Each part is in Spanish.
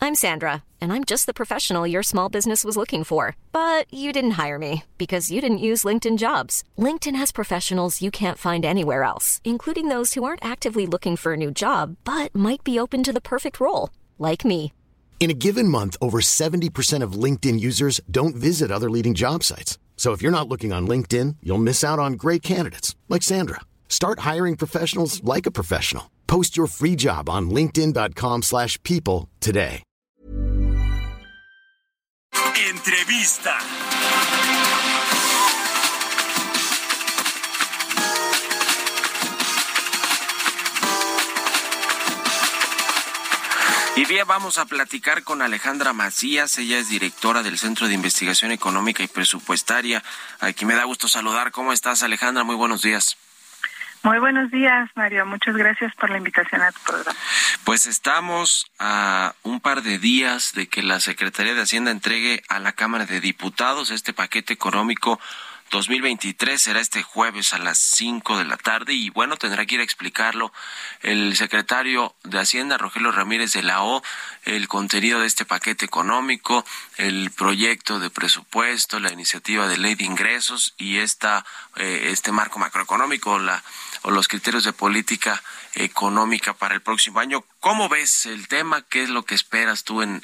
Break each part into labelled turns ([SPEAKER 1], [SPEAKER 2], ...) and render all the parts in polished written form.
[SPEAKER 1] I'm Sandra, and I'm just the professional your small business was looking for. But you didn't hire me because you didn't use LinkedIn Jobs. LinkedIn has professionals you can't find anywhere else, including those who aren't actively looking for a new job, but might be open to the perfect role, like me.
[SPEAKER 2] In a given month, over 70% of LinkedIn users don't visit other leading job sites. So if you're not looking on LinkedIn, you'll miss out on great candidates like Sandra. Start hiring professionals like a professional. Post your free job on linkedin.com/people today.
[SPEAKER 3] Entrevista. Y bien, vamos a platicar con Alejandra Macías. Ella es directora del Centro de Investigación Económica y Presupuestaria. Aquí me da gusto saludar. ¿Cómo estás, Alejandra? Muy buenos días.
[SPEAKER 4] Muy buenos días, Mario. Muchas gracias por la invitación a tu programa.
[SPEAKER 3] Pues estamos a un par de días de que la Secretaría de Hacienda entregue a la Cámara de Diputados este paquete económico 2023. Será este jueves a las 5 de la tarde y bueno, tendrá que ir a explicarlo el secretario de Hacienda, Rogelio Ramírez de la O, el contenido de este paquete económico, el proyecto de presupuesto, la iniciativa de ley de ingresos y este marco macroeconómico o los criterios de política económica para el próximo año. ¿Cómo ves el tema? ¿Qué es lo que esperas tú en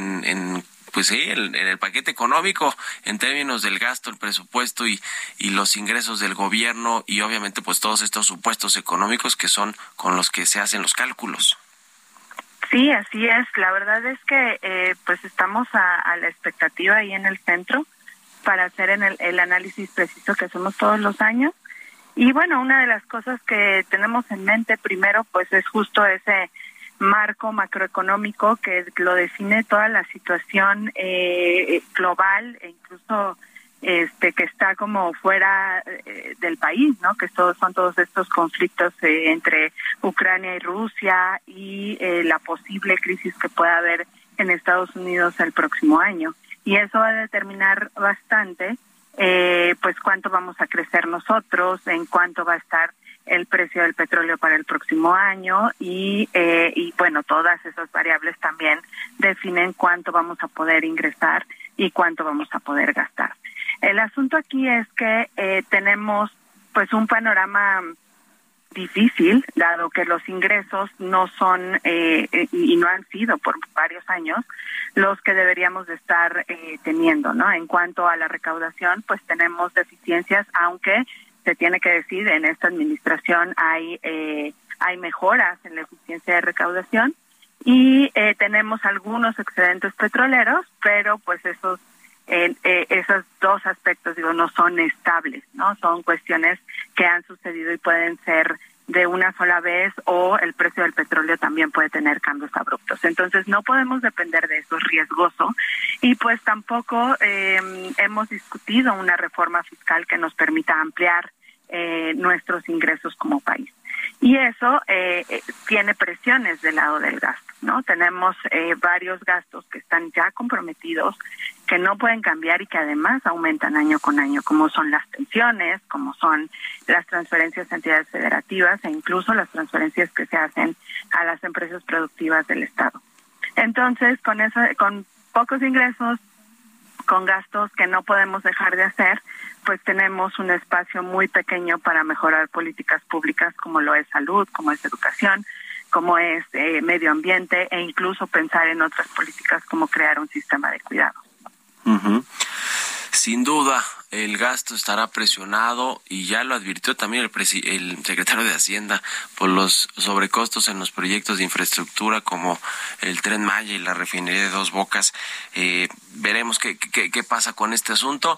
[SPEAKER 3] el paquete económico en términos del gasto, el presupuesto y los ingresos del gobierno y obviamente pues todos estos supuestos económicos que son con los que se hacen los cálculos?
[SPEAKER 4] Sí, así es. La verdad es que pues estamos a la expectativa ahí en el centro para hacer el análisis preciso que hacemos todos los años. Y bueno, una de las cosas que tenemos en mente primero pues es justo ese marco macroeconómico que lo define toda la situación global e incluso que está como fuera del país, ¿no? Que son todos estos conflictos entre Ucrania y Rusia y la posible crisis que pueda haber en Estados Unidos el próximo año. Y eso va a determinar bastante pues cuánto vamos a crecer nosotros, en cuánto va a estar el precio del petróleo para el próximo año y bueno, todas esas variables también definen cuánto vamos a poder ingresar y cuánto vamos a poder gastar. El asunto aquí es que tenemos pues un panorama difícil, dado que los ingresos no son y no han sido por varios años los que deberíamos de estar teniendo, ¿no? En cuanto a la recaudación, pues tenemos deficiencias, aunque se tiene que decir, en esta administración hay mejoras en la eficiencia de recaudación y tenemos algunos excedentes petroleros, pero pues esos dos aspectos, no son estables, ¿no? Son cuestiones que han sucedido y pueden ser de una sola vez o el precio del petróleo también puede tener cambios abruptos. Entonces no podemos depender de eso, es riesgoso y pues tampoco hemos discutido una reforma fiscal que nos permita ampliar nuestros ingresos como país. Y eso tiene presiones del lado del gasto, ¿no? Tenemos varios gastos que están ya comprometidos, que no pueden cambiar y que además aumentan año con año, como son las pensiones, como son las transferencias a entidades federativas e incluso las transferencias que se hacen a las empresas productivas del Estado. Entonces, con pocos ingresos, con gastos que no podemos dejar de hacer, pues tenemos un espacio muy pequeño para mejorar políticas públicas como lo es salud, como es educación, como es medio ambiente e incluso pensar en otras políticas como crear un sistema de cuidados.
[SPEAKER 3] Uh-huh. Sin duda, el gasto estará presionado y ya lo advirtió también el secretario de Hacienda por los sobrecostos en los proyectos de infraestructura como el Tren Maya y la refinería de Dos Bocas. Veremos qué pasa con este asunto.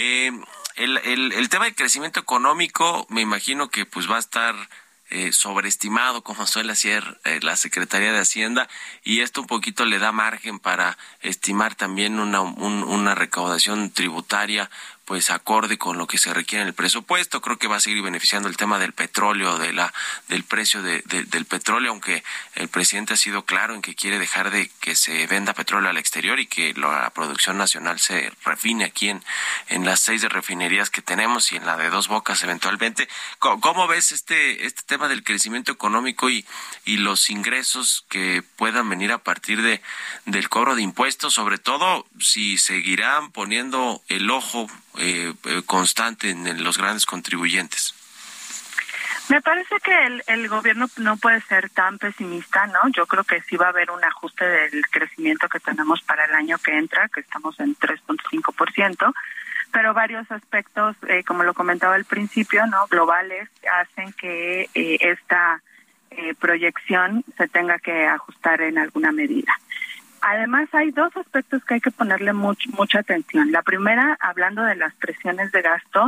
[SPEAKER 3] El tema del crecimiento económico, me imagino que pues va a estar sobreestimado, como suele hacer la Secretaría de Hacienda, y esto un poquito le da margen para estimar también una recaudación tributaria pues acorde con lo que se requiere en el presupuesto. Creo que va a seguir beneficiando el tema del petróleo, del precio del petróleo, aunque el presidente ha sido claro en que quiere dejar de que se venda petróleo al exterior y que la producción nacional se refine aquí en las 6 refinerías que tenemos y en la de Dos Bocas eventualmente. ¿Cómo ves este tema del crecimiento económico y los ingresos que puedan venir a partir del cobro de impuestos, sobre todo si seguirán poniendo el ojo constante en los grandes contribuyentes?
[SPEAKER 4] Me parece que el gobierno no puede ser tan pesimista, ¿no? Yo creo que sí va a haber un ajuste del crecimiento que tenemos para el año que entra, que estamos en 3.5%, pero varios aspectos, como lo comentaba al principio, ¿no?, globales, hacen que esta proyección se tenga que ajustar en alguna medida. Además, hay dos aspectos que hay que ponerle mucha atención. La primera, hablando de las presiones de gasto,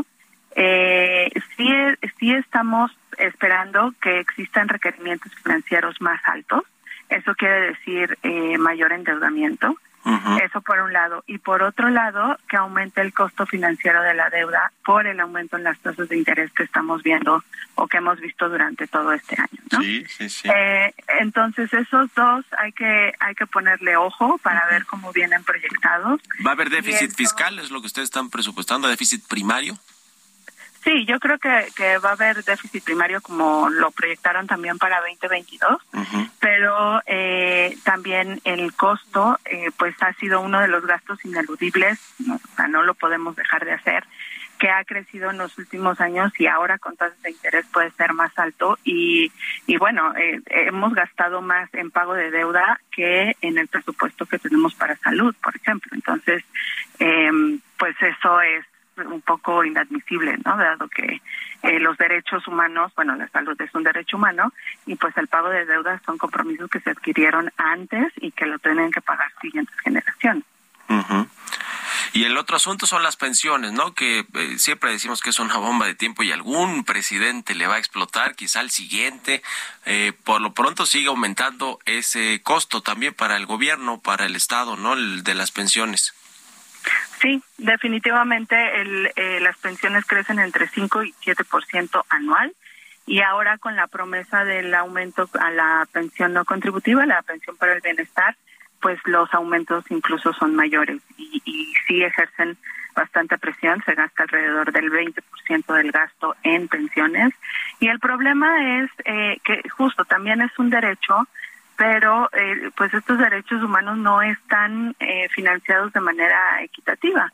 [SPEAKER 4] sí estamos esperando que existan requerimientos financieros más altos. Eso quiere decir mayor endeudamiento. Uh-huh. Eso por un lado. Y por otro lado, que aumente el costo financiero de la deuda por el aumento en las tasas de interés que estamos viendo o que hemos visto durante todo este año, ¿no?
[SPEAKER 3] Sí.
[SPEAKER 4] Entonces, esos dos hay que ponerle ojo para ver cómo vienen proyectados.
[SPEAKER 3] ¿Va a haber déficit fiscal? ¿Es lo que ustedes están presupuestando? ¿Déficit primario?
[SPEAKER 4] Sí, yo creo que va a haber déficit primario como lo proyectaron también para 2022, uh-huh. Pero también el costo pues ha sido uno de los gastos ineludibles, o sea, no lo podemos dejar de hacer, que ha crecido en los últimos años y ahora con tasas de interés puede ser más alto y bueno, hemos gastado más en pago de deuda que en el presupuesto que tenemos para salud, por ejemplo. Entonces, pues eso es un poco inadmisible, ¿no? Dado que los derechos humanos, bueno, la salud es un derecho humano y pues el pago de deudas son compromisos que se adquirieron antes y que lo tienen que pagar siguientes generaciones.
[SPEAKER 3] Uh-huh. Y el otro asunto son las pensiones, ¿no? Que siempre decimos que es una bomba de tiempo y algún presidente le va a explotar, quizá el siguiente. Por lo pronto sigue aumentando ese costo también para el gobierno, para el Estado, ¿no? El de las pensiones.
[SPEAKER 4] Sí, definitivamente las pensiones crecen entre 5 y 7% anual y ahora con la promesa del aumento a la pensión no contributiva, la pensión para el bienestar, pues los aumentos incluso son mayores y sí ejercen bastante presión, se gasta alrededor del 20% del gasto en pensiones y el problema es que justo también es un derecho, pero pues estos derechos humanos no están financiados de manera equitativa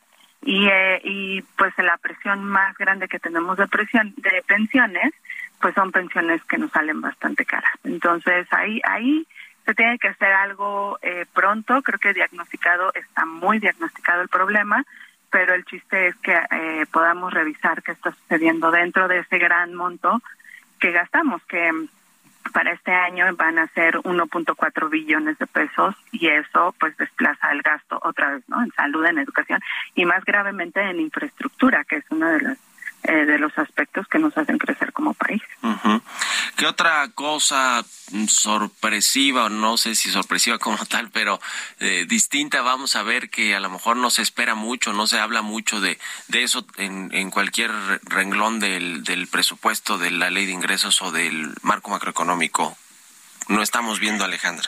[SPEAKER 4] y pues la presión más grande que tenemos de pensiones pues son pensiones que nos salen bastante caras. Entonces ahí se tiene que hacer algo pronto. Creo que está muy diagnosticado el problema, pero el chiste es que podamos revisar qué está sucediendo dentro de ese gran monto que gastamos, que para este año van a ser 1.4 billones de pesos y eso pues desplaza el gasto otra vez, ¿no? En salud, en educación y más gravemente en infraestructura, que es uno de los aspectos que nos hacen crecer como país.
[SPEAKER 3] Uh-huh. ¿Qué otra cosa sorpresiva, o no sé si sorpresiva como tal, pero distinta vamos a ver que a lo mejor no se espera mucho, no se habla mucho de eso en cualquier renglón del presupuesto, de la ley de ingresos o del marco macroeconómico? No estamos viendo, Alejandra.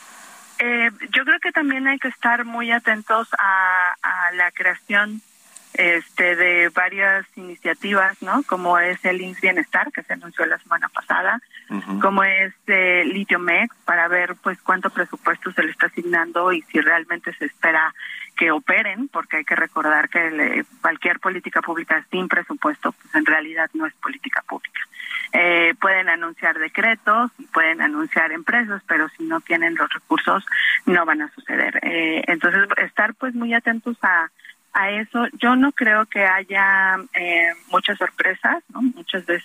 [SPEAKER 4] Yo creo que también hay que estar muy atentos a la creación de varias iniciativas, ¿no? Como es el IMSS Bienestar, que se anunció la semana pasada, uh-huh. Como es Litiomex, para ver pues cuánto presupuesto se le está asignando y si realmente se espera que operen, porque hay que recordar que cualquier política pública sin presupuesto, pues en realidad no es política pública. Pueden anunciar decretos, pueden anunciar empresas, pero si no tienen los recursos no van a suceder. Entonces, estar pues muy atentos a eso. Yo no creo que haya muchas sorpresas, ¿no? Muchas veces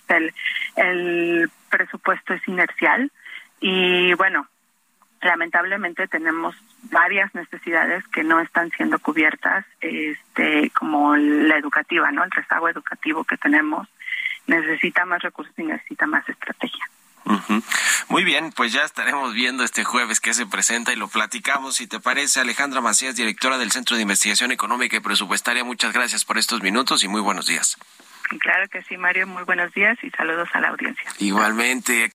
[SPEAKER 4] el presupuesto es inercial y bueno, lamentablemente tenemos varias necesidades que no están siendo cubiertas, como la educativa, ¿no? El rezago educativo que tenemos necesita más recursos y necesita más estrategia.
[SPEAKER 3] Uh-huh. Muy bien, pues ya estaremos viendo este jueves qué se presenta y lo platicamos, si te parece. Alejandra Macías, directora del Centro de Investigación Económica y Presupuestaria, muchas gracias por estos minutos y muy buenos días.
[SPEAKER 4] Claro que sí, Mario, muy buenos días y saludos a la audiencia.
[SPEAKER 3] Igualmente.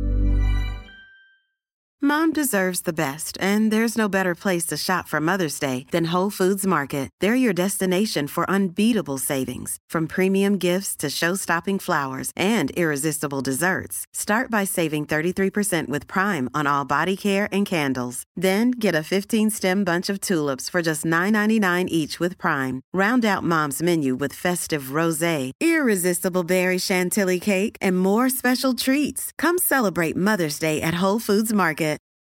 [SPEAKER 5] Mom deserves the best, and there's no better place to shop for Mother's Day than Whole Foods Market. They're your destination for unbeatable savings, from premium gifts to show-stopping flowers and irresistible desserts. Start by saving 33% with Prime on all body care and candles. Then get a 15-stem bunch of tulips for just $9.99 each with Prime. Round out Mom's menu with festive rosé, irresistible berry chantilly cake, and more special treats. Come celebrate Mother's Day at Whole Foods Market.